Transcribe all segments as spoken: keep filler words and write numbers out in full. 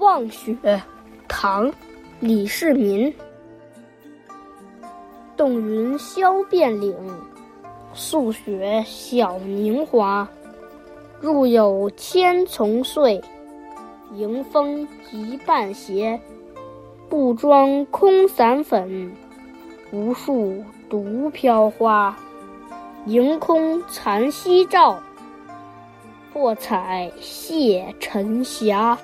望雪，唐·李世民。冻云消遍岭，宿雪晓凝华。入有千重岁，迎风一半斜。布妆空散粉，无数独飘花。迎空残夕照，破彩谢沉霞。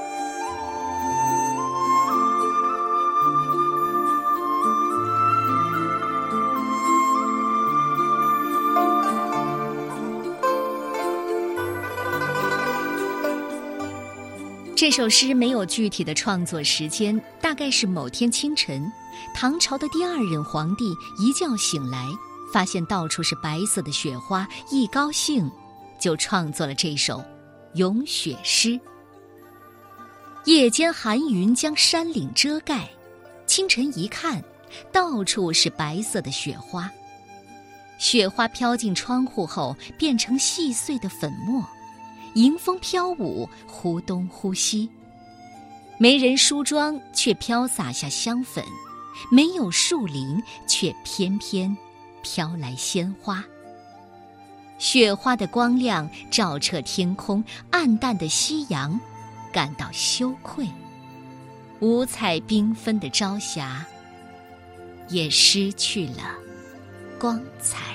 这首诗没有具体的创作时间，大概是某天清晨，唐朝的第二任皇帝一觉醒来，发现到处是白色的雪花，一高兴就创作了这首咏雪诗。夜间寒云将山岭遮盖，清晨一看，到处是白色的雪花。雪花飘进窗户后，变成细碎的粉末，迎风飘舞，忽东忽西。没人梳妆，却飘洒下香粉；没有树林，却偏偏飘来鲜花。雪花的光亮照彻天空，暗淡的夕阳感到羞愧。五彩缤纷的朝霞也失去了光彩。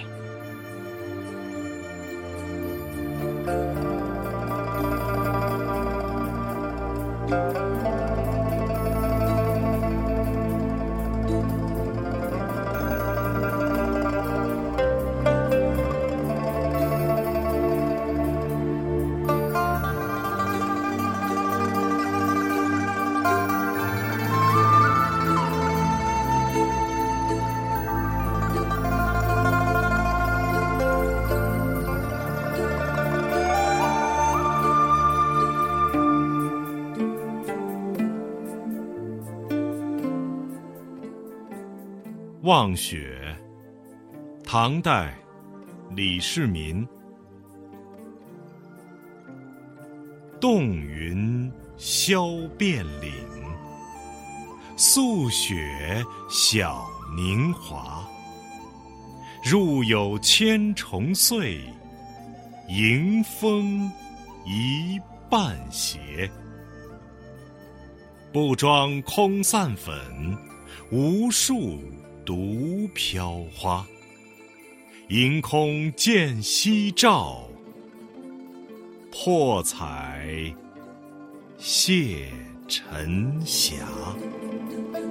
望雪，唐代，李世民。冻云消遍岭，宿雪晓凝华。入有千重岁，迎风一半斜。布妆空散粉，无数独飘花。迎空见夕照，破彩谢沉霞。